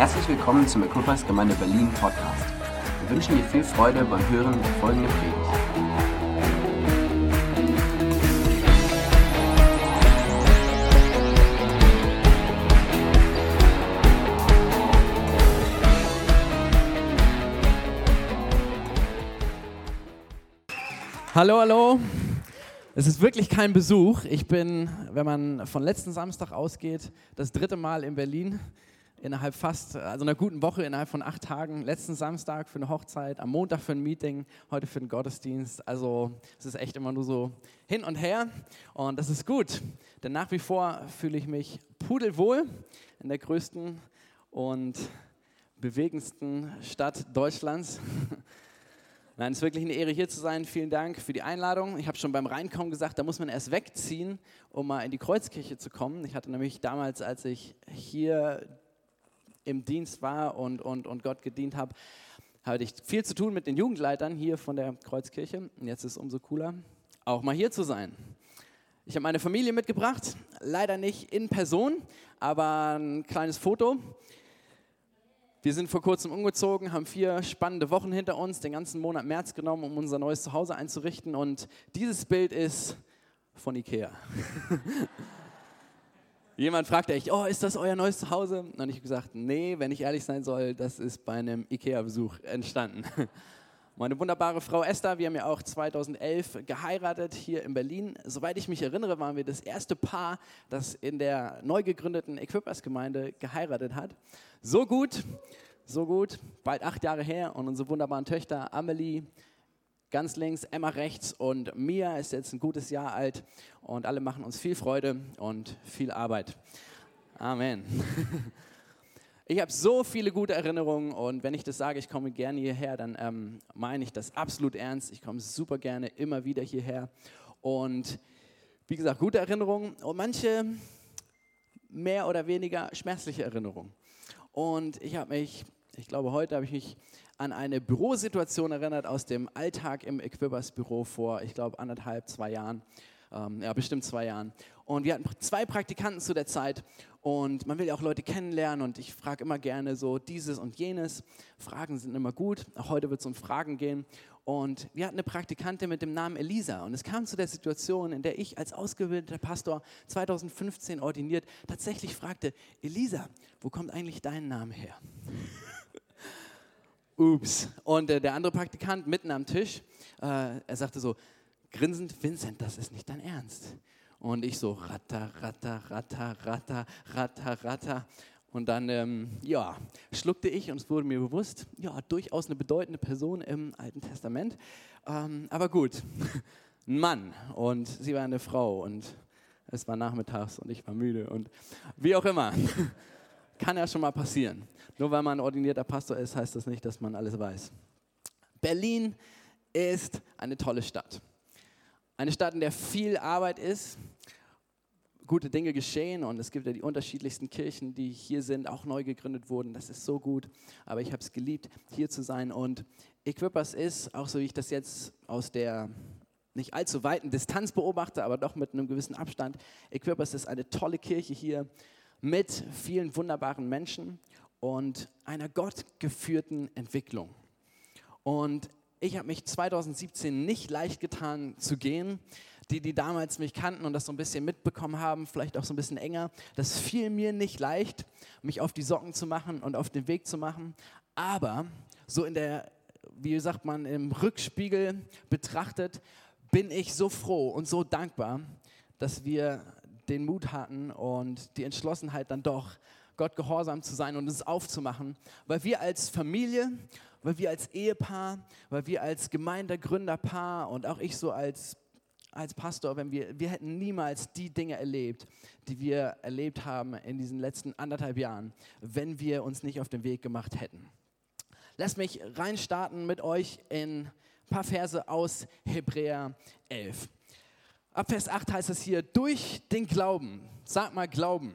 Herzlich willkommen zum Equippers Gemeinde Berlin Podcast. Wir wünschen dir viel Freude beim Hören der folgenden Predigt. Hallo, hallo. Es ist wirklich kein Besuch. Ich bin, wenn man von letzten Samstag ausgeht, das 3. Mal in Berlin. Innerhalb einer guten Woche, innerhalb von 8 Tagen. Letzten Samstag für eine Hochzeit, am Montag für ein Meeting, heute für den Gottesdienst. Also es ist echt immer nur so hin und her und das ist gut. Denn nach wie vor fühle ich mich pudelwohl in der größten und bewegendsten Stadt Deutschlands. Nein, es ist wirklich eine Ehre, hier zu sein. Vielen Dank für die Einladung. Ich habe schon beim Reinkommen gesagt, da muss man erst wegziehen, um mal in die Kreuzkirche zu kommen. Ich hatte nämlich damals, als ich hier im Dienst war und Gott gedient habe, hatte ich viel zu tun mit den Jugendleitern hier von der Kreuzkirche. Und jetzt ist es umso cooler, auch mal hier zu sein. Ich habe meine Familie mitgebracht, leider nicht in Person, aber ein kleines Foto. Wir sind vor kurzem umgezogen, haben 4 spannende Wochen hinter uns, den ganzen Monat März genommen, um unser neues Zuhause einzurichten. Und dieses Bild ist von Ikea. Jemand fragte echt, ist das euer neues Zuhause? Und ich habe gesagt, nee, wenn ich ehrlich sein soll, das ist bei einem Ikea-Besuch entstanden. Meine wunderbare Frau Esther, wir haben ja auch 2011 geheiratet hier in Berlin. Soweit ich mich erinnere, waren wir das erste Paar, das in der neu gegründeten Equippers-Gemeinde geheiratet hat. So gut, bald 8 Jahre her und unsere wunderbaren Töchter Amelie, ganz links, Emma rechts und Mia ist jetzt ein gutes Jahr alt und alle machen uns viel Freude und viel Arbeit. Amen. Ich habe so viele gute Erinnerungen und wenn ich das sage, ich komme gerne hierher, dann meine ich das absolut ernst. Ich komme super gerne immer wieder hierher und wie gesagt, gute Erinnerungen und manche mehr oder weniger schmerzliche Erinnerungen. Und ich glaube, heute habe ich mich an eine Bürosituation erinnert aus dem Alltag im Equippers Büro vor, ich glaube, 2 Jahren. Bestimmt 2 Jahren. Und wir hatten 2 Praktikanten zu der Zeit und man will ja auch Leute kennenlernen und ich frage immer gerne so dieses und jenes. Fragen sind immer gut, auch heute wird es um Fragen gehen. Und wir hatten eine Praktikantin mit dem Namen Elisa und es kam zu der Situation, in der ich als ausgebildeter Pastor 2015 ordiniert tatsächlich fragte, Elisa, wo kommt eigentlich dein Name her? Ups. Und der andere Praktikant mitten am Tisch, er sagte so, grinsend, Vincent, das ist nicht dein Ernst. Und ich so, ratter, ratter, ratter, ratter, ratter, ratter. Und dann, schluckte ich und es wurde mir bewusst, durchaus eine bedeutende Person im Alten Testament. Aber gut, ein Mann und sie war eine Frau und es war nachmittags und ich war müde und wie auch immer. Kann ja schon mal passieren. Nur weil man ordinierter Pastor ist, heißt das nicht, dass man alles weiß. Berlin ist eine tolle Stadt. Eine Stadt, in der viel Arbeit ist, gute Dinge geschehen und es gibt ja die unterschiedlichsten Kirchen, die hier sind, auch neu gegründet wurden. Das ist so gut, aber ich habe es geliebt, hier zu sein. Und Equippers ist, auch so wie ich das jetzt aus der nicht allzu weiten Distanz beobachte, aber doch mit einem gewissen Abstand, Equippers ist eine tolle Kirche hier mit vielen wunderbaren Menschen und einer gottgeführten Entwicklung. Und ich habe mich 2017 nicht leicht getan zu gehen. Die damals mich kannten und das so ein bisschen mitbekommen haben, vielleicht auch so ein bisschen enger, das fiel mir nicht leicht, mich auf die Socken zu machen und auf den Weg zu machen. Aber so wie sagt man, im Rückspiegel betrachtet, bin ich so froh und so dankbar, dass wir den Mut hatten und die Entschlossenheit dann doch, Gott gehorsam zu sein und es aufzumachen, weil wir als Familie, weil wir als Ehepaar, weil wir als Gemeindegründerpaar und auch ich so als Pastor, wir hätten niemals die Dinge erlebt, die wir erlebt haben in diesen letzten 1,5 Jahren, wenn wir uns nicht auf den Weg gemacht hätten. Lasst mich reinstarten mit euch in ein paar Verse aus Hebräer 11. Ab Vers 8 heißt es hier, durch den Glauben, sag mal Glauben.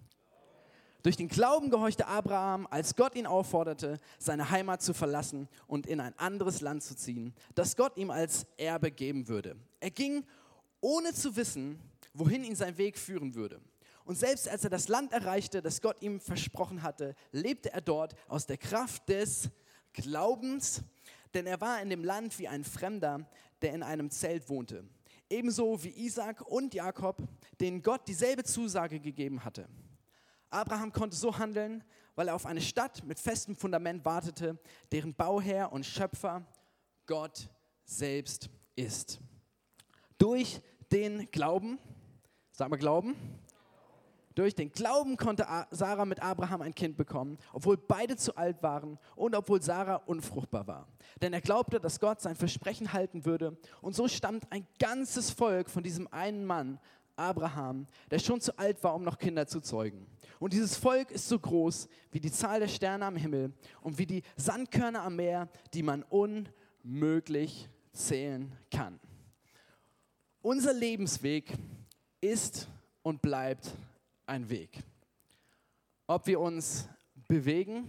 Durch den Glauben gehorchte Abraham, als Gott ihn aufforderte, seine Heimat zu verlassen und in ein anderes Land zu ziehen, das Gott ihm als Erbe geben würde. Er ging, ohne zu wissen, wohin ihn sein Weg führen würde. Und selbst als er das Land erreichte, das Gott ihm versprochen hatte, lebte er dort aus der Kraft des Glaubens, denn er war in dem Land wie ein Fremder, der in einem Zelt wohnte. Ebenso wie Isaak und Jakob, denen Gott dieselbe Zusage gegeben hatte. Abraham konnte so handeln, weil er auf eine Stadt mit festem Fundament wartete, deren Bauherr und Schöpfer Gott selbst ist. Durch den Glauben, sag mal Glauben, durch den Glauben konnte Sarah mit Abraham ein Kind bekommen, obwohl beide zu alt waren und obwohl Sarah unfruchtbar war. Denn er glaubte, dass Gott sein Versprechen halten würde. Und so stammt ein ganzes Volk von diesem einen Mann, Abraham, der schon zu alt war, um noch Kinder zu zeugen. Und dieses Volk ist so groß wie die Zahl der Sterne am Himmel und wie die Sandkörner am Meer, die man unmöglich zählen kann. Unser Lebensweg ist und bleibt ein Weg. Ob wir uns bewegen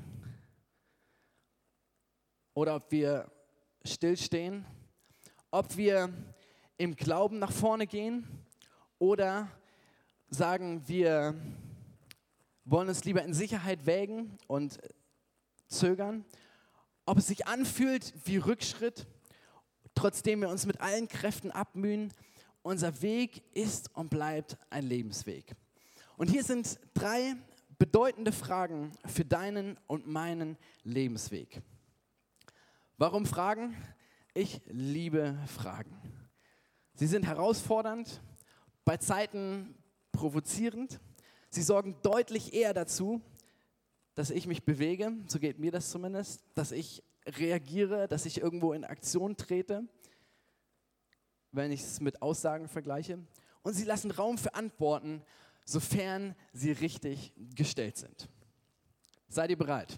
oder ob wir stillstehen, ob wir im Glauben nach vorne gehen oder sagen, wir wollen uns lieber in Sicherheit wägen und zögern, ob es sich anfühlt wie Rückschritt, trotzdem wir uns mit allen Kräften abmühen, unser Weg ist und bleibt ein Lebensweg. Und hier sind 3 bedeutende Fragen für deinen und meinen Lebensweg. Warum Fragen? Ich liebe Fragen. Sie sind herausfordernd, bei Zeiten provozierend. Sie sorgen deutlich eher dazu, dass ich mich bewege, so geht mir das zumindest, dass ich reagiere, dass ich irgendwo in Aktion trete, wenn ich es mit Aussagen vergleiche. Und sie lassen Raum für Antworten, sofern sie richtig gestellt sind. Seid ihr bereit?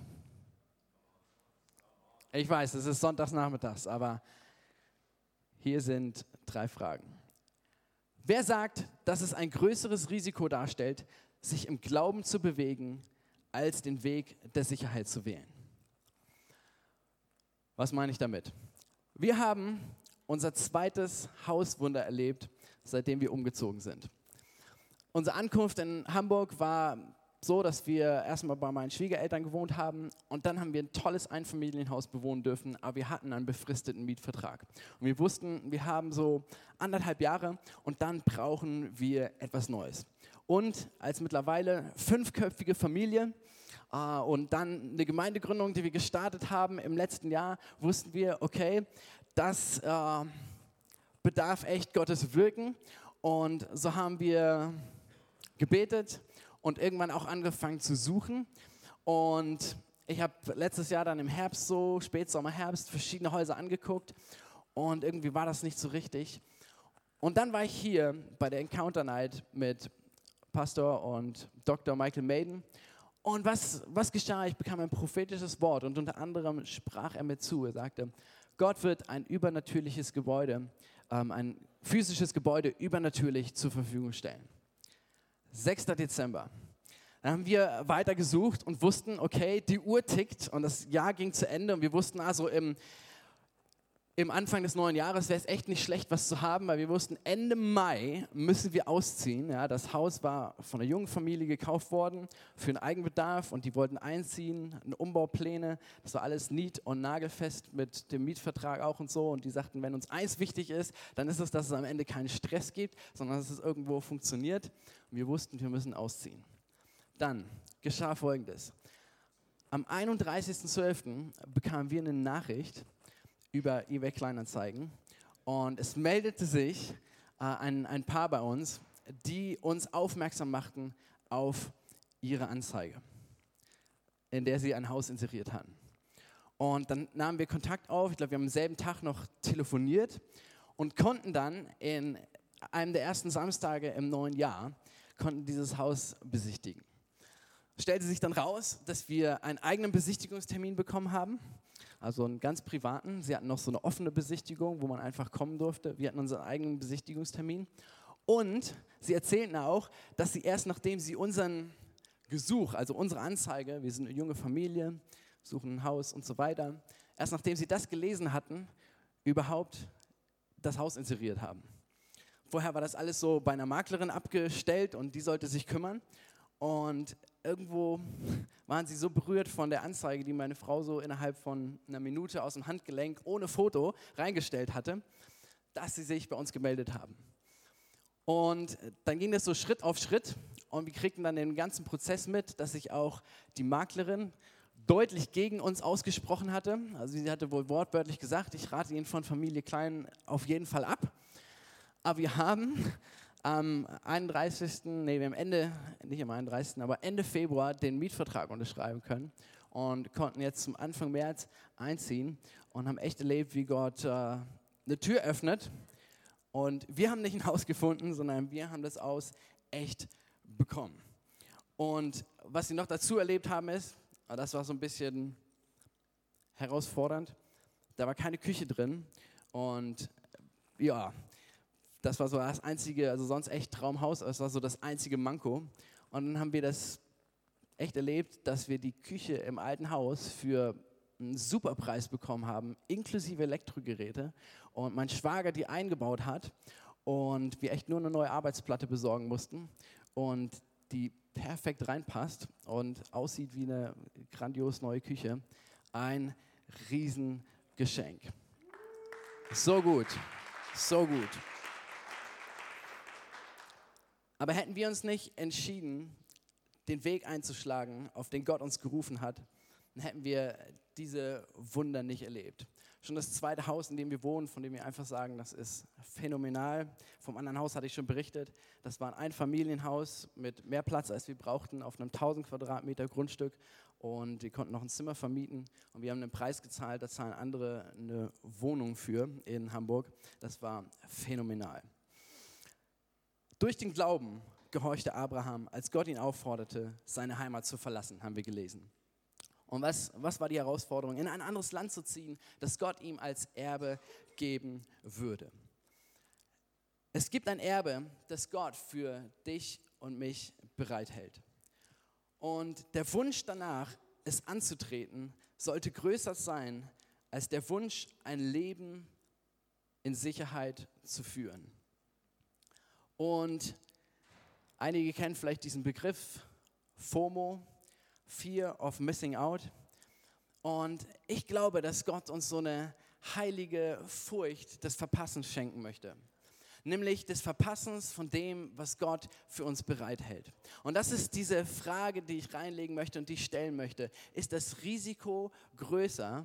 Ich weiß, es ist sonntagsnachmittags, aber hier sind 3 Fragen. Wer sagt, dass es ein größeres Risiko darstellt, sich im Glauben zu bewegen, als den Weg der Sicherheit zu wählen? Was meine ich damit? Wir haben unser zweites Hauswunder erlebt, seitdem wir umgezogen sind. Unsere Ankunft in Hamburg war so, dass wir erstmal bei meinen Schwiegereltern gewohnt haben und dann haben wir ein tolles Einfamilienhaus bewohnen dürfen, aber wir hatten einen befristeten Mietvertrag. Und wir wussten, wir haben so 1,5 Jahre und dann brauchen wir etwas Neues. Und als mittlerweile 5-köpfige Familie und dann eine Gemeindegründung, die wir gestartet haben im letzten Jahr, wussten wir, okay, das bedarf echt Gottes Wirken. Und so haben wir gebetet und irgendwann auch angefangen zu suchen. Und ich habe letztes Jahr dann im Herbst, so Spätsommer, Herbst, verschiedene Häuser angeguckt und irgendwie war das nicht so richtig. Und dann war ich hier bei der Encounter Night mit Pastor und Dr. Michael Maiden. Und was geschah? Ich bekam ein prophetisches Wort und unter anderem sprach er mir zu. Er sagte, Gott wird ein übernatürliches Gebäude, ein physisches Gebäude übernatürlich zur Verfügung stellen. 6. Dezember. Dann haben wir weiter gesucht und wussten, okay, die Uhr tickt und das Jahr ging zu Ende und wir wussten also im Anfang des neuen Jahres wäre es echt nicht schlecht, was zu haben, weil wir wussten, Ende Mai müssen wir ausziehen. Ja, das Haus war von einer jungen Familie gekauft worden für einen Eigenbedarf und die wollten einziehen, Umbaupläne, das war alles nied- und nagelfest mit dem Mietvertrag auch und so und die sagten, wenn uns eins wichtig ist, dann ist es, dass es am Ende keinen Stress gibt, sondern dass es irgendwo funktioniert und wir wussten, wir müssen ausziehen. Dann geschah Folgendes. Am 31.12. bekamen wir eine Nachricht über eBay Kleinanzeigen und es meldete sich ein Paar bei uns, die uns aufmerksam machten auf ihre Anzeige, in der sie ein Haus inseriert hatten. Und dann nahmen wir Kontakt auf, ich glaube, wir haben am selben Tag noch telefoniert und konnten dann in einem der ersten Samstage im neuen Jahr, konnten dieses Haus besichtigen. Es stellte sich dann raus, dass wir einen eigenen Besichtigungstermin bekommen haben, also einen ganz privaten. Sie hatten noch so eine offene Besichtigung, wo man einfach kommen durfte. Wir hatten unseren eigenen Besichtigungstermin. Und sie erzählten auch, dass sie erst nachdem sie unseren Gesuch, also unsere Anzeige, wir sind eine junge Familie, suchen ein Haus und so weiter, erst nachdem sie das gelesen hatten, überhaupt das Haus inseriert haben. Vorher war das alles so bei einer Maklerin abgestellt und die sollte sich kümmern. Und irgendwo waren sie so berührt von der Anzeige, die meine Frau so innerhalb von einer Minute aus dem Handgelenk ohne Foto reingestellt hatte, dass sie sich bei uns gemeldet haben. Und dann ging das so Schritt auf Schritt und wir kriegten dann den ganzen Prozess mit, dass sich auch die Maklerin deutlich gegen uns ausgesprochen hatte. Also sie hatte wohl wortwörtlich gesagt, ich rate Ihnen von Familie Klein auf jeden Fall ab. Aber wir haben am 31., wir haben nicht am 31., aber Ende Februar den Mietvertrag unterschreiben können und konnten jetzt zum Anfang März einziehen und haben echt erlebt, wie Gott eine Tür öffnet. Und wir haben nicht ein Haus gefunden, sondern wir haben das Haus echt bekommen. Und was sie noch dazu erlebt haben ist, das war so ein bisschen herausfordernd, da war keine Küche drin und ja, das war so das einzige, also sonst echt Traumhaus, aber es war so das einzige Manko. Und dann haben wir das echt erlebt, dass wir die Küche im alten Haus für einen super Preis bekommen haben, inklusive Elektrogeräte. Und mein Schwager die eingebaut hat und wir echt nur eine neue Arbeitsplatte besorgen mussten und die perfekt reinpasst und aussieht wie eine grandios neue Küche. Ein Riesengeschenk. So gut, so gut. Aber hätten wir uns nicht entschieden, den Weg einzuschlagen, auf den Gott uns gerufen hat, dann hätten wir diese Wunder nicht erlebt. Schon das zweite Haus, in dem wir wohnen, von dem wir einfach sagen, das ist phänomenal. Vom anderen Haus hatte ich schon berichtet. Das war ein Einfamilienhaus mit mehr Platz, als wir brauchten, auf einem 1000 Quadratmeter Grundstück. Und wir konnten noch ein Zimmer vermieten. Und wir haben einen Preis gezahlt, da zahlen andere eine Wohnung für in Hamburg. Das war phänomenal. Durch den Glauben gehorchte Abraham, als Gott ihn aufforderte, seine Heimat zu verlassen, haben wir gelesen. Und was war die Herausforderung? In ein anderes Land zu ziehen, das Gott ihm als Erbe geben würde. Es gibt ein Erbe, das Gott für dich und mich bereithält. Und der Wunsch danach, es anzutreten, sollte größer sein als der Wunsch, ein Leben in Sicherheit zu führen. Und einige kennen vielleicht diesen Begriff FOMO, Fear of Missing Out. Und ich glaube, dass Gott uns so eine heilige Furcht des Verpassens schenken möchte. Nämlich des Verpassens von dem, was Gott für uns bereithält. Und das ist diese Frage, die ich reinlegen möchte und die ich stellen möchte. Ist das Risiko größer,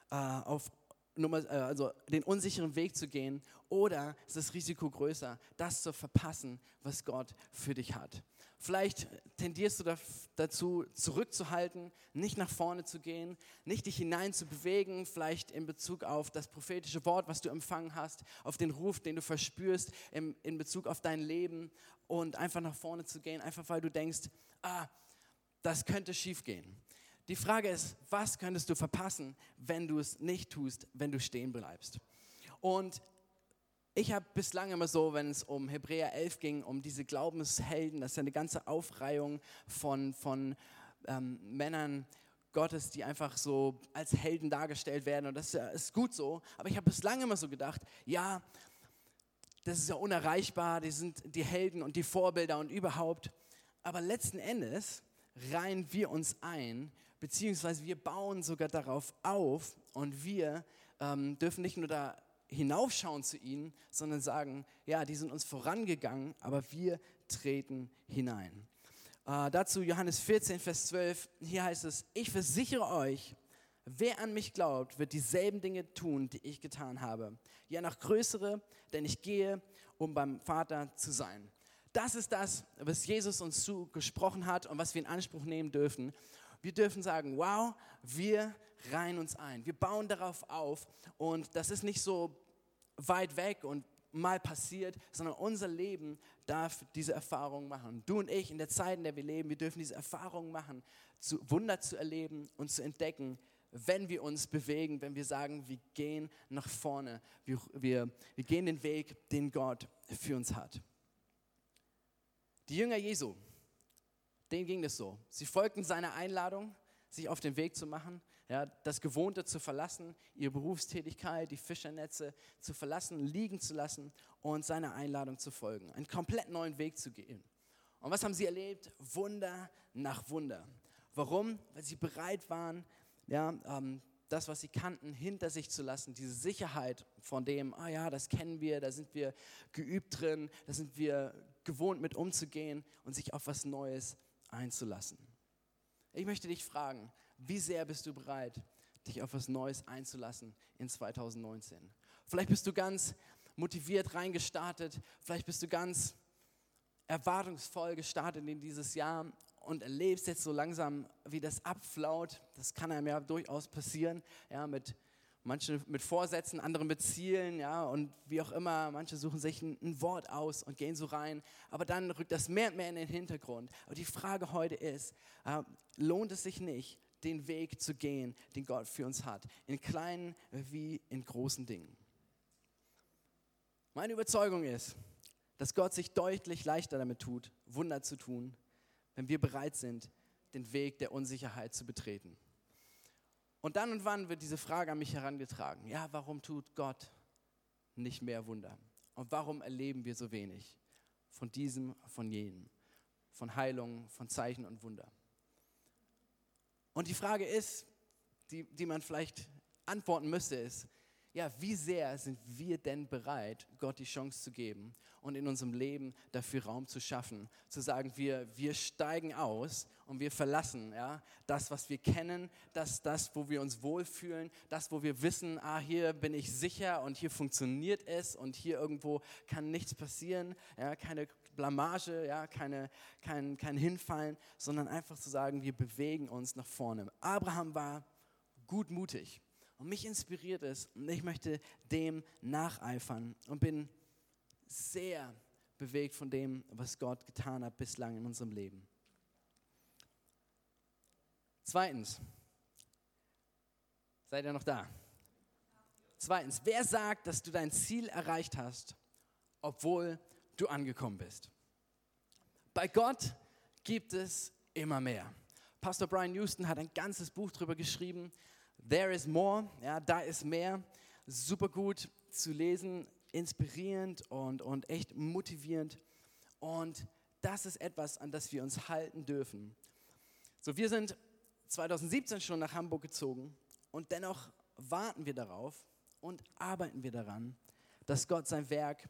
den unsicheren Weg zu gehen, oder ist das Risiko größer, das zu verpassen, was Gott für dich hat? Vielleicht tendierst du dazu, zurückzuhalten, nicht nach vorne zu gehen, nicht dich hinein zu bewegen, vielleicht in Bezug auf das prophetische Wort, was du empfangen hast, auf den Ruf, den du verspürst, in Bezug auf dein Leben und einfach nach vorne zu gehen, einfach weil du denkst, das könnte schief gehen. Die Frage ist, was könntest du verpassen, wenn du es nicht tust, wenn du stehen bleibst? Und ich habe bislang immer so, wenn es um Hebräer 11 ging, um diese Glaubenshelden, das ist ja eine ganze Aufreihung von Männern Gottes, die einfach so als Helden dargestellt werden, und das ist gut so, aber ich habe bislang immer so gedacht, ja, das ist ja unerreichbar, die sind die Helden und die Vorbilder und überhaupt, aber letzten Endes reihen wir uns ein, beziehungsweise wir bauen sogar darauf auf und wir dürfen nicht nur da hinaufschauen zu ihnen, sondern sagen, ja, die sind uns vorangegangen, aber wir treten hinein. Dazu Johannes 14, Vers 12, hier heißt es, ich versichere euch, wer an mich glaubt, wird dieselben Dinge tun, die ich getan habe. Ja, noch größere, denn ich gehe, um beim Vater zu sein. Das ist das, was Jesus uns zugesprochen hat und was wir in Anspruch nehmen dürfen. Wir dürfen sagen, wow, wir reihen uns ein. Wir bauen darauf auf und das ist nicht so weit weg und mal passiert, sondern unser Leben darf diese Erfahrung machen. Du und ich in der Zeit, in der wir leben, wir dürfen diese Erfahrung machen, Wunder zu erleben und zu entdecken, wenn wir uns bewegen, wenn wir sagen, wir gehen nach vorne, wir gehen den Weg, den Gott für uns hat. Die Jünger Jesu, denen ging das so. Sie folgten seiner Einladung, sich auf den Weg zu machen, ja, das Gewohnte zu verlassen, ihre Berufstätigkeit, die Fischernetze zu verlassen, liegen zu lassen und seiner Einladung zu folgen, einen komplett neuen Weg zu gehen. Und was haben sie erlebt? Wunder nach Wunder. Warum? Weil sie bereit waren, ja, das, was sie kannten, hinter sich zu lassen, diese Sicherheit von dem, das kennen wir, da sind wir geübt drin, da sind wir gewohnt mit umzugehen und sich auf was Neues einzulassen. Ich möchte dich fragen, wie sehr bist du bereit, dich auf was Neues einzulassen in 2019? Vielleicht bist du ganz motiviert reingestartet, vielleicht bist du ganz erwartungsvoll gestartet in dieses Jahr und erlebst jetzt so langsam, wie das abflaut. Das kann einem ja durchaus passieren, ja, manche mit Vorsätzen, andere mit Zielen, ja, und wie auch immer. Manche suchen sich ein Wort aus und gehen so rein, aber dann rückt das mehr und mehr in den Hintergrund. Aber die Frage heute ist, lohnt es sich nicht, den Weg zu gehen, den Gott für uns hat, in kleinen wie in großen Dingen? Meine Überzeugung ist, dass Gott sich deutlich leichter damit tut, Wunder zu tun, wenn wir bereit sind, den Weg der Unsicherheit zu betreten. Und dann und wann wird diese Frage an mich herangetragen. Ja, warum tut Gott nicht mehr Wunder? Und warum erleben wir so wenig von diesem, von jenem, von Heilung, von Zeichen und Wunder? Und die Frage ist, die man vielleicht antworten müsste, ist, ja, wie sehr sind wir denn bereit, Gott die Chance zu geben und in unserem Leben dafür Raum zu schaffen, zu sagen, wir steigen aus und wir verlassen, ja, das, was wir kennen, das, wo wir uns wohlfühlen, das, wo wir wissen, hier bin ich sicher und hier funktioniert es und hier irgendwo kann nichts passieren, ja, keine Blamage, ja, kein Hinfallen, sondern einfach zu sagen, wir bewegen uns nach vorne. Abraham war gutmutig. Und mich inspiriert es und ich möchte dem nacheifern und bin sehr bewegt von dem, was Gott getan hat bislang in unserem Leben. Zweitens, seid ihr noch da? Zweitens, wer sagt, dass du dein Ziel erreicht hast, obwohl du angekommen bist? Bei Gott gibt es immer mehr. Pastor Brian Houston hat ein ganzes Buch darüber geschrieben, There is more, ja, da ist mehr, super gut zu lesen, inspirierend und echt motivierend. Und das ist etwas, an das wir uns halten dürfen. So, wir sind 2017 schon nach Hamburg gezogen und dennoch warten wir darauf und arbeiten wir daran, dass Gott sein Werk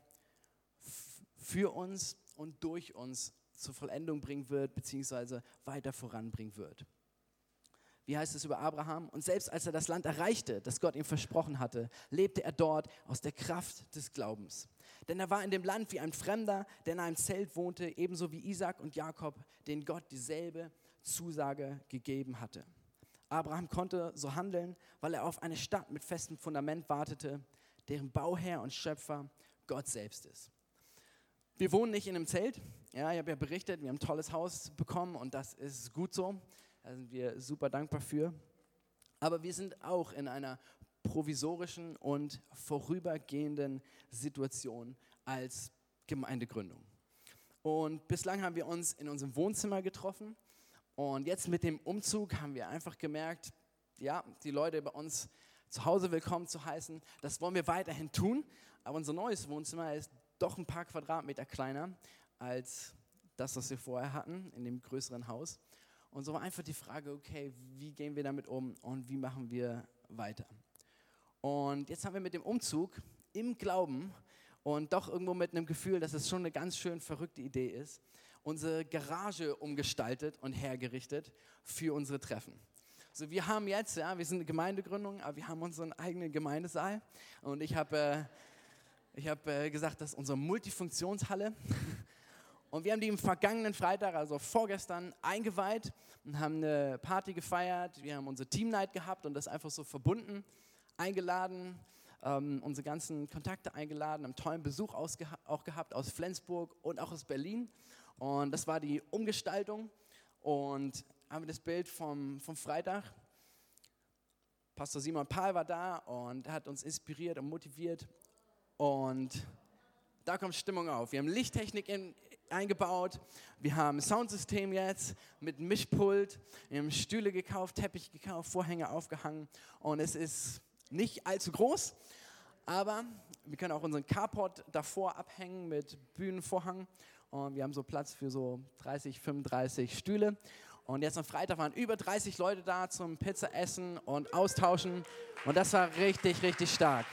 für uns und durch uns zur Vollendung bringen wird, beziehungsweise weiter voranbringen wird. Wie heißt es über Abraham? Und selbst als er das Land erreichte, das Gott ihm versprochen hatte, lebte er dort aus der Kraft des Glaubens. Denn er war in dem Land wie ein Fremder, der in einem Zelt wohnte, ebenso wie Isaak und Jakob, denen Gott dieselbe Zusage gegeben hatte. Abraham konnte so handeln, weil er auf eine Stadt mit festem Fundament wartete, deren Bauherr und Schöpfer Gott selbst ist. Wir wohnen nicht in einem Zelt. Ja, ich habe ja berichtet, wir haben ein tolles Haus bekommen und das ist gut so. Da sind wir super dankbar für. Aber wir sind auch in einer provisorischen und vorübergehenden Situation als Gemeindegründung. Und bislang haben wir uns in unserem Wohnzimmer getroffen. Und jetzt mit dem Umzug haben wir einfach gemerkt, ja, die Leute bei uns zu Hause willkommen zu heißen. Das wollen wir weiterhin tun. Aber unser neues Wohnzimmer ist doch ein paar Quadratmeter kleiner als das, was wir vorher hatten in dem größeren Haus. Und so war einfach die Frage, okay, wie gehen wir damit um und wie machen wir weiter? Und jetzt haben wir mit dem Umzug im Glauben und doch irgendwo mit einem Gefühl, dass es schon eine ganz schön verrückte Idee ist, unsere Garage umgestaltet und hergerichtet für unsere Treffen. So, wir haben jetzt, ja, wir sind eine Gemeindegründung, aber wir haben unseren eigenen Gemeindesaal und ich habe gesagt, das ist unsere Multifunktionshalle. Und wir haben die im vergangenen Freitag, also vorgestern, eingeweiht und haben eine Party gefeiert. Wir haben unsere Team Night gehabt und das einfach so verbunden, eingeladen, unsere ganzen Kontakte eingeladen, haben tollen Besuch auch gehabt aus Flensburg und auch aus Berlin. Und das war die Umgestaltung und haben wir das Bild vom Freitag. Pastor Simon Pahl war da und hat uns inspiriert und motiviert. Und da kommt Stimmung auf. Wir haben Lichttechnik eingebaut. Wir haben ein Soundsystem jetzt mit Mischpult. Wir haben Stühle gekauft, Teppich gekauft, Vorhänge aufgehangen. Und es ist nicht allzu groß, aber wir können auch unseren Carport davor abhängen mit Bühnenvorhang. Und wir haben so Platz für so 30, 35 Stühle. Und jetzt am Freitag waren über 30 Leute da zum Pizza essen und austauschen. Und das war richtig, richtig stark.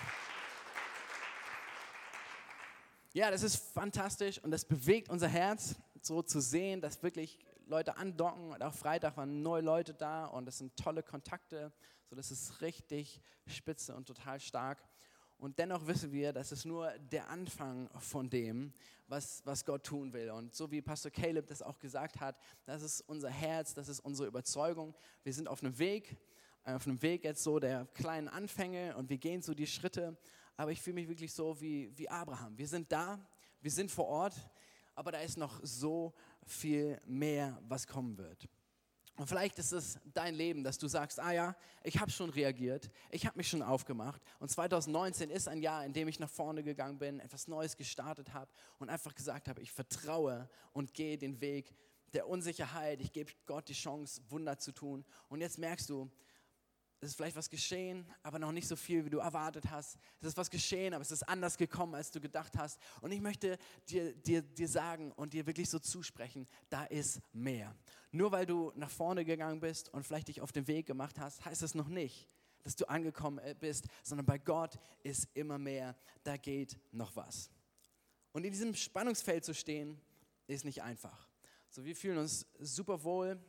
Ja, das ist fantastisch und das bewegt unser Herz, so zu sehen, dass wirklich Leute andocken. Und auch Freitag waren neue Leute da und das sind tolle Kontakte. So, das ist richtig spitze und total stark. Und dennoch wissen wir, das ist nur der Anfang von dem, was Gott tun will. Und so wie Pastor Caleb das auch gesagt hat, das ist unser Herz, das ist unsere Überzeugung. Wir sind auf einem Weg jetzt so der kleinen Anfänge und wir gehen so die Schritte. Aber ich fühle mich wirklich so wie Abraham. Wir sind da, wir sind vor Ort, aber da ist noch so viel mehr, was kommen wird. Und vielleicht ist es dein Leben, dass du sagst, ja, ich habe schon reagiert, ich habe mich schon aufgemacht. Und 2019 ist ein Jahr, in dem ich nach vorne gegangen bin, etwas Neues gestartet habe und einfach gesagt habe, ich vertraue und gehe den Weg der Unsicherheit. Ich gebe Gott die Chance, Wunder zu tun. Und jetzt merkst du, es ist vielleicht was geschehen, aber noch nicht so viel, wie du erwartet hast. Es ist was geschehen, aber es ist anders gekommen, als du gedacht hast. Und ich möchte dir sagen und dir wirklich so zusprechen, da ist mehr. Nur weil du nach vorne gegangen bist und vielleicht dich auf den Weg gemacht hast, heißt es noch nicht, dass du angekommen bist, sondern bei Gott ist immer mehr, da geht noch was. Und in diesem Spannungsfeld zu stehen, ist nicht einfach. So, wir fühlen uns super wohl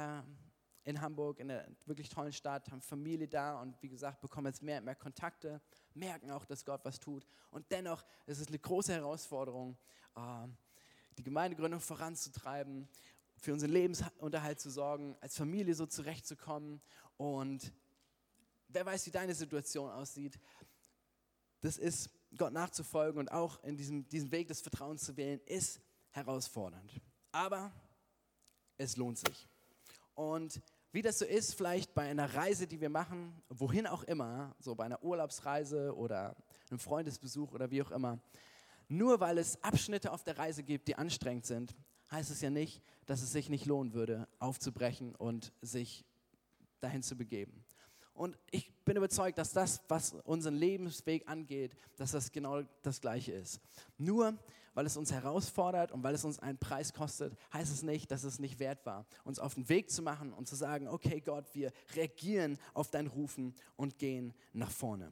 in Hamburg, in einer wirklich tollen Stadt, haben Familie da und wie gesagt, bekommen jetzt mehr und mehr Kontakte, merken auch, dass Gott was tut. Und dennoch ist es eine große Herausforderung, die Gemeindegründung voranzutreiben, für unseren Lebensunterhalt zu sorgen, als Familie so zurechtzukommen. Und wer weiß, wie deine Situation aussieht, das ist, Gott nachzufolgen und auch in diesem Weg des Vertrauens zu wählen, ist herausfordernd. Aber es lohnt sich. Und wie das so ist, vielleicht bei einer Reise, die wir machen, wohin auch immer, so bei einer Urlaubsreise oder einem Freundesbesuch oder wie auch immer, nur weil es Abschnitte auf der Reise gibt, die anstrengend sind, heißt es ja nicht, dass es sich nicht lohnen würde, aufzubrechen und sich dahin zu begeben. Und ich bin überzeugt, dass das, was unseren Lebensweg angeht, dass das genau das Gleiche ist. Nur weil es uns herausfordert und weil es uns einen Preis kostet, heißt es nicht, dass es nicht wert war, uns auf den Weg zu machen und zu sagen, okay Gott, wir reagieren auf dein Rufen und gehen nach vorne.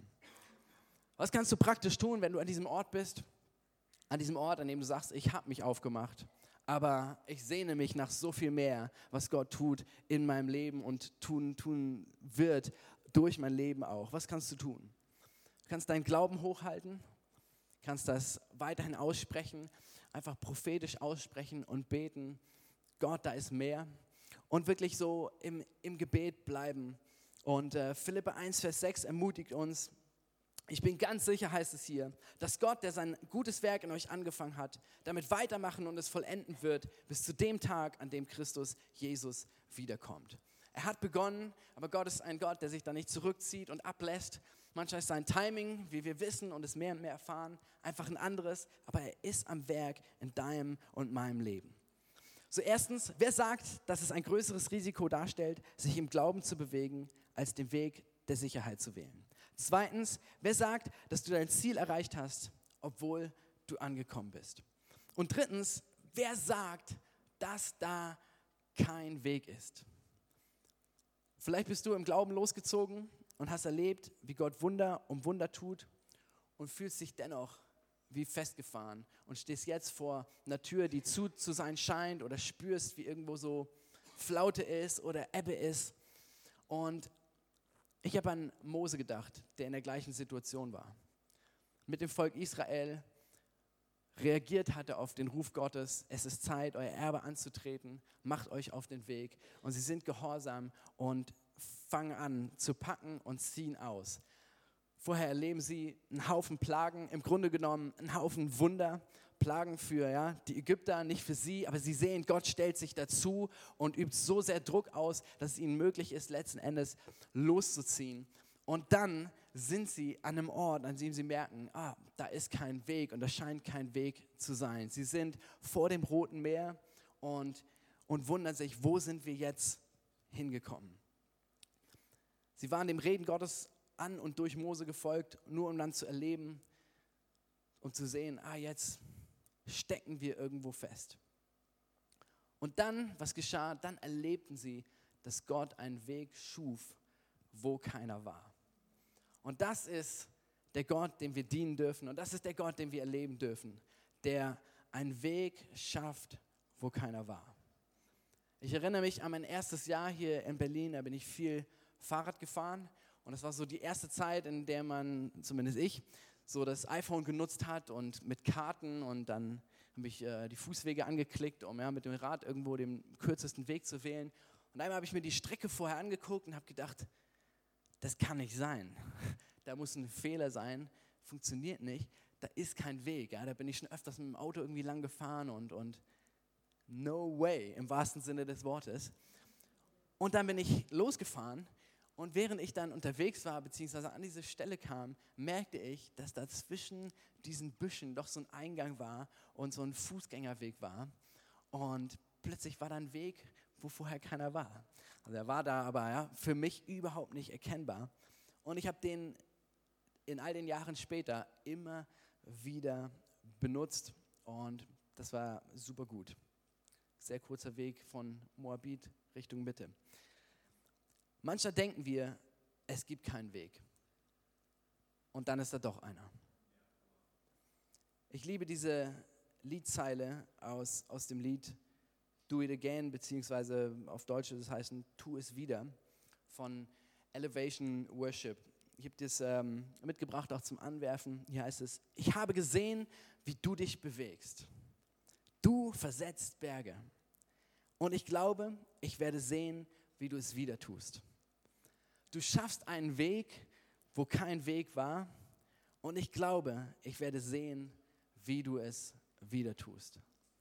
Was kannst du praktisch tun, wenn du an diesem Ort bist? An diesem Ort, an dem du sagst, ich habe mich aufgemacht, aber ich sehne mich nach so viel mehr, was Gott tut in meinem Leben und tun wird durch mein Leben auch. Was kannst du tun? Du kannst deinen Glauben hochhalten, kannst das weiterhin aussprechen, einfach prophetisch aussprechen und beten. Gott, da ist mehr. Und wirklich so im Gebet bleiben. Und Philipper 1, Vers 6 ermutigt uns, ich bin ganz sicher, heißt es hier, dass Gott, der sein gutes Werk in euch angefangen hat, damit weitermachen und es vollenden wird, bis zu dem Tag, an dem Christus Jesus wiederkommt. Er hat begonnen, aber Gott ist ein Gott, der sich da nicht zurückzieht und ablässt. Manchmal ist sein Timing, wie wir wissen und es mehr und mehr erfahren, einfach ein anderes, aber er ist am Werk in deinem und meinem Leben. So erstens, wer sagt, dass es ein größeres Risiko darstellt, sich im Glauben zu bewegen, als den Weg der Sicherheit zu wählen? Zweitens, wer sagt, dass du dein Ziel erreicht hast, obwohl du angekommen bist? Und drittens, wer sagt, dass da kein Weg ist? Vielleicht bist du im Glauben losgezogen und hast erlebt, wie Gott Wunder um Wunder tut und fühlst dich dennoch wie festgefahren und stehst jetzt vor einer Tür, die zu sein scheint oder spürst, wie irgendwo so Flaute ist oder Ebbe ist. Und ich habe an Mose gedacht, der in der gleichen Situation war. Mit dem Volk Israel reagiert hatte auf den Ruf Gottes, es ist Zeit, euer Erbe anzutreten, macht euch auf den Weg. Und sie sind gehorsam und fangen an zu packen und ziehen aus. Vorher erleben sie einen Haufen Plagen, im Grunde genommen einen Haufen Wunder, Plagen für die Ägypter, nicht für sie, aber sie sehen, Gott stellt sich dazu und übt so sehr Druck aus, dass es ihnen möglich ist, letzten Endes loszuziehen Und dann sind sie an einem Ort, an dem sie merken, da ist kein Weg und da scheint kein Weg zu sein. Sie sind vor dem Roten Meer und wundern sich, wo sind wir jetzt hingekommen? Sie waren dem Reden Gottes an und durch Mose gefolgt, nur um dann zu erleben und zu sehen, jetzt stecken wir irgendwo fest. Und dann, was geschah? Dann erlebten sie, dass Gott einen Weg schuf, wo keiner war. Und das ist der Gott, dem wir dienen dürfen. Und das ist der Gott, den wir erleben dürfen, der einen Weg schafft, wo keiner war. Ich erinnere mich an mein erstes Jahr hier in Berlin, da bin ich viel Fahrrad gefahren. Und das war so die erste Zeit, in der man, zumindest ich, so das iPhone genutzt hat und mit Karten, und dann habe ich die Fußwege angeklickt, um mit dem Rad irgendwo den kürzesten Weg zu wählen. Und einmal habe ich mir die Strecke vorher angeguckt und habe gedacht, das kann nicht sein. Da muss ein Fehler sein, funktioniert nicht, da ist kein Weg. Ja? Da bin ich schon öfters mit dem Auto irgendwie lang gefahren und no way, im wahrsten Sinne des Wortes. Und dann bin ich losgefahren. Und während ich dann unterwegs war, beziehungsweise an diese Stelle kam, merkte ich, dass da zwischen diesen Büschen doch so ein Eingang war und so ein Fußgängerweg war. Und plötzlich war da ein Weg, wo vorher keiner war. Also er war da, aber für mich überhaupt nicht erkennbar. Und ich habe den in all den Jahren später immer wieder benutzt und das war super gut. Sehr kurzer Weg von Moabit Richtung Mitte. Manchmal denken wir, es gibt keinen Weg. Und dann ist da doch einer. Ich liebe diese Liedzeile aus dem Lied Do It Again, beziehungsweise auf Deutsch das heißt Tu es wieder, von Elevation Worship. Ich habe das mitgebracht auch zum Anwerfen. Hier heißt es: Ich habe gesehen, wie du dich bewegst. Du versetzt Berge. Und ich glaube, ich werde sehen, wie du es wieder tust. Du schaffst einen Weg, wo kein Weg war. Und ich glaube, ich werde sehen, wie du es wieder tust.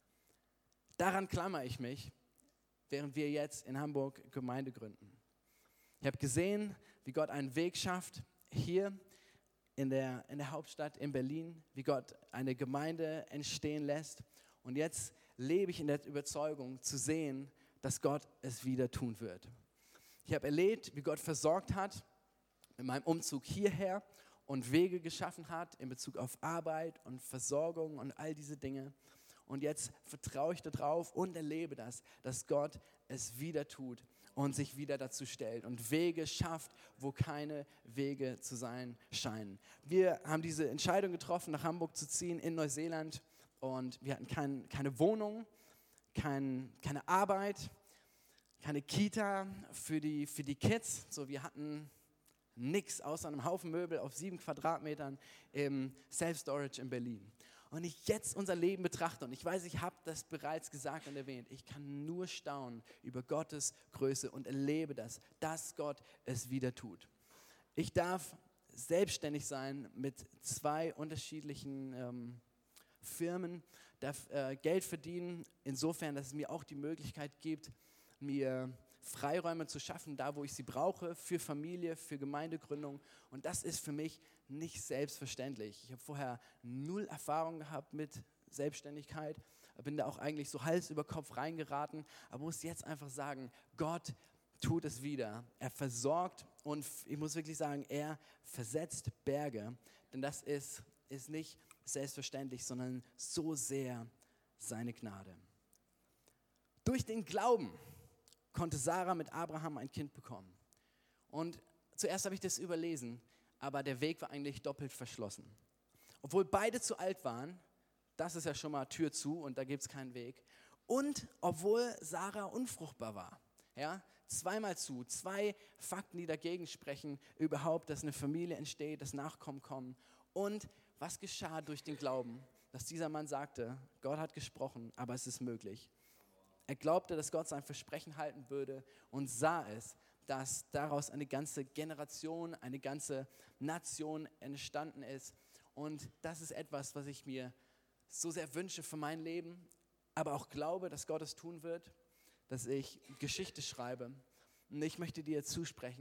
Daran klammere ich mich, während wir jetzt in Hamburg Gemeinde gründen. Ich habe gesehen, wie Gott einen Weg schafft, hier in der Hauptstadt in Berlin, wie Gott eine Gemeinde entstehen lässt. Und jetzt lebe ich in der Überzeugung zu sehen, dass Gott es wieder tun wird. Ich habe erlebt, wie Gott versorgt hat in meinem Umzug hierher und Wege geschaffen hat in Bezug auf Arbeit und Versorgung und all diese Dinge. Und jetzt vertraue ich darauf und erlebe das, dass Gott es wieder tut und sich wieder dazu stellt und Wege schafft, wo keine Wege zu sein scheinen. Wir haben diese Entscheidung getroffen, nach Hamburg zu ziehen, in Neuseeland. Und wir hatten keine Wohnung, keine Arbeit, keine Kita für die Kids. So, wir hatten nichts außer einem Haufen Möbel auf 7 Quadratmetern im Self-Storage in Berlin. Und ich jetzt unser Leben betrachte, und ich weiß, ich habe das bereits gesagt und erwähnt, ich kann nur staunen über Gottes Größe und erlebe das, dass Gott es wieder tut. Ich darf selbstständig sein mit 2 unterschiedlichen Firmen, darf Geld verdienen, insofern, dass es mir auch die Möglichkeit gibt, mir Freiräume zu schaffen, da wo ich sie brauche, für Familie, für Gemeindegründung. Und das ist für mich nicht selbstverständlich. Ich habe vorher 0 Erfahrung gehabt mit Selbstständigkeit, bin da auch eigentlich so Hals über Kopf reingeraten, aber muss jetzt einfach sagen, Gott tut es wieder. Er versorgt und ich muss wirklich sagen, er versetzt Berge, denn das ist nicht selbstverständlich, sondern so sehr seine Gnade. Durch den Glauben konnte Sarah mit Abraham ein Kind bekommen. Und zuerst habe ich das überlesen, aber der Weg war eigentlich doppelt verschlossen. Obwohl beide zu alt waren, das ist ja schon mal Tür zu und da gibt es keinen Weg. Und obwohl Sarah unfruchtbar war. Ja, 2-mal zu, 2 Fakten, die dagegen sprechen, überhaupt, dass eine Familie entsteht, dass Nachkommen kommen. Und was geschah durch den Glauben? Dass dieser Mann sagte, Gott hat gesprochen, aber es ist möglich. Er glaubte, dass Gott sein Versprechen halten würde und sah es, dass daraus eine ganze Generation, eine ganze Nation entstanden ist. Und das ist etwas, was ich mir so sehr wünsche für mein Leben, aber auch glaube, dass Gott es tun wird, dass ich Geschichte schreibe. Und ich möchte dir zusprechen,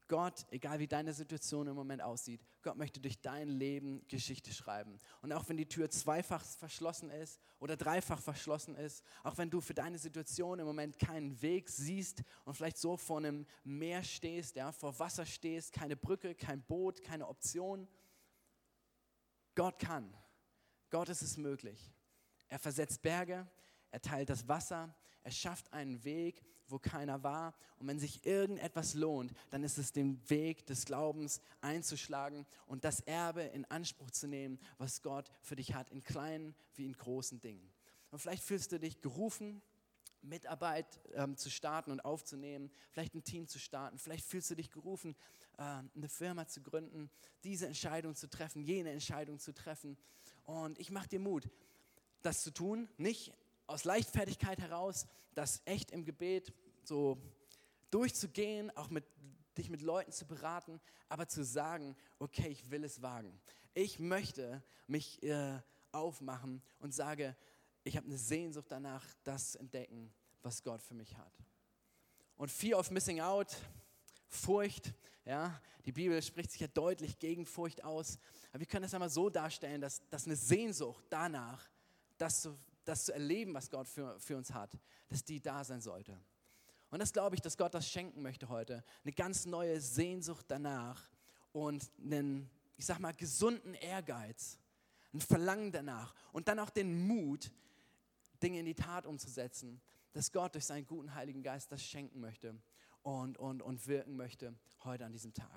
Gott, egal wie deine Situation im Moment aussieht, Gott möchte durch dein Leben Geschichte schreiben. Und auch wenn die Tür zweifach verschlossen ist oder dreifach verschlossen ist, auch wenn du für deine Situation im Moment keinen Weg siehst und vielleicht so vor einem Meer stehst, ja, vor Wasser stehst, keine Brücke, kein Boot, keine Option. Gott kann. Gott ist es möglich. Er versetzt Berge, er teilt das Wasser, er schafft einen Weg, wo keiner war. Und wenn sich irgendetwas lohnt, dann ist es den Weg des Glaubens einzuschlagen und das Erbe in Anspruch zu nehmen, was Gott für dich hat, in kleinen wie in großen Dingen. Und vielleicht fühlst du dich gerufen, Mitarbeit zu starten und aufzunehmen, vielleicht ein Team zu starten, vielleicht fühlst du dich gerufen, eine Firma zu gründen, diese Entscheidung zu treffen, jene Entscheidung zu treffen. Und ich mache dir Mut, das zu tun, nicht aus Leichtfertigkeit heraus, das echt im Gebet so durchzugehen, auch dich mit Leuten zu beraten, aber zu sagen, okay, ich will es wagen. Ich möchte mich aufmachen und sage, ich habe eine Sehnsucht danach, das zu entdecken, was Gott für mich hat. Und Fear of Missing Out, Furcht, ja, die Bibel spricht sich ja deutlich gegen Furcht aus. Aber wir können das einmal so darstellen, dass eine Sehnsucht danach, das zu erleben, was Gott für uns hat, dass die da sein sollte. Und das glaube ich, dass Gott das schenken möchte heute. Eine ganz neue Sehnsucht danach und einen, ich sag mal, gesunden Ehrgeiz, ein Verlangen danach und dann auch den Mut, Dinge in die Tat umzusetzen, dass Gott durch seinen guten Heiligen Geist das schenken möchte und wirken möchte heute an diesem Tag.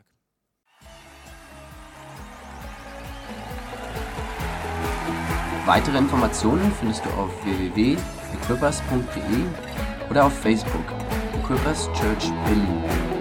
Weitere Informationen findest du auf www.equippers.de oder auf Facebook, Equippers Church Berlin.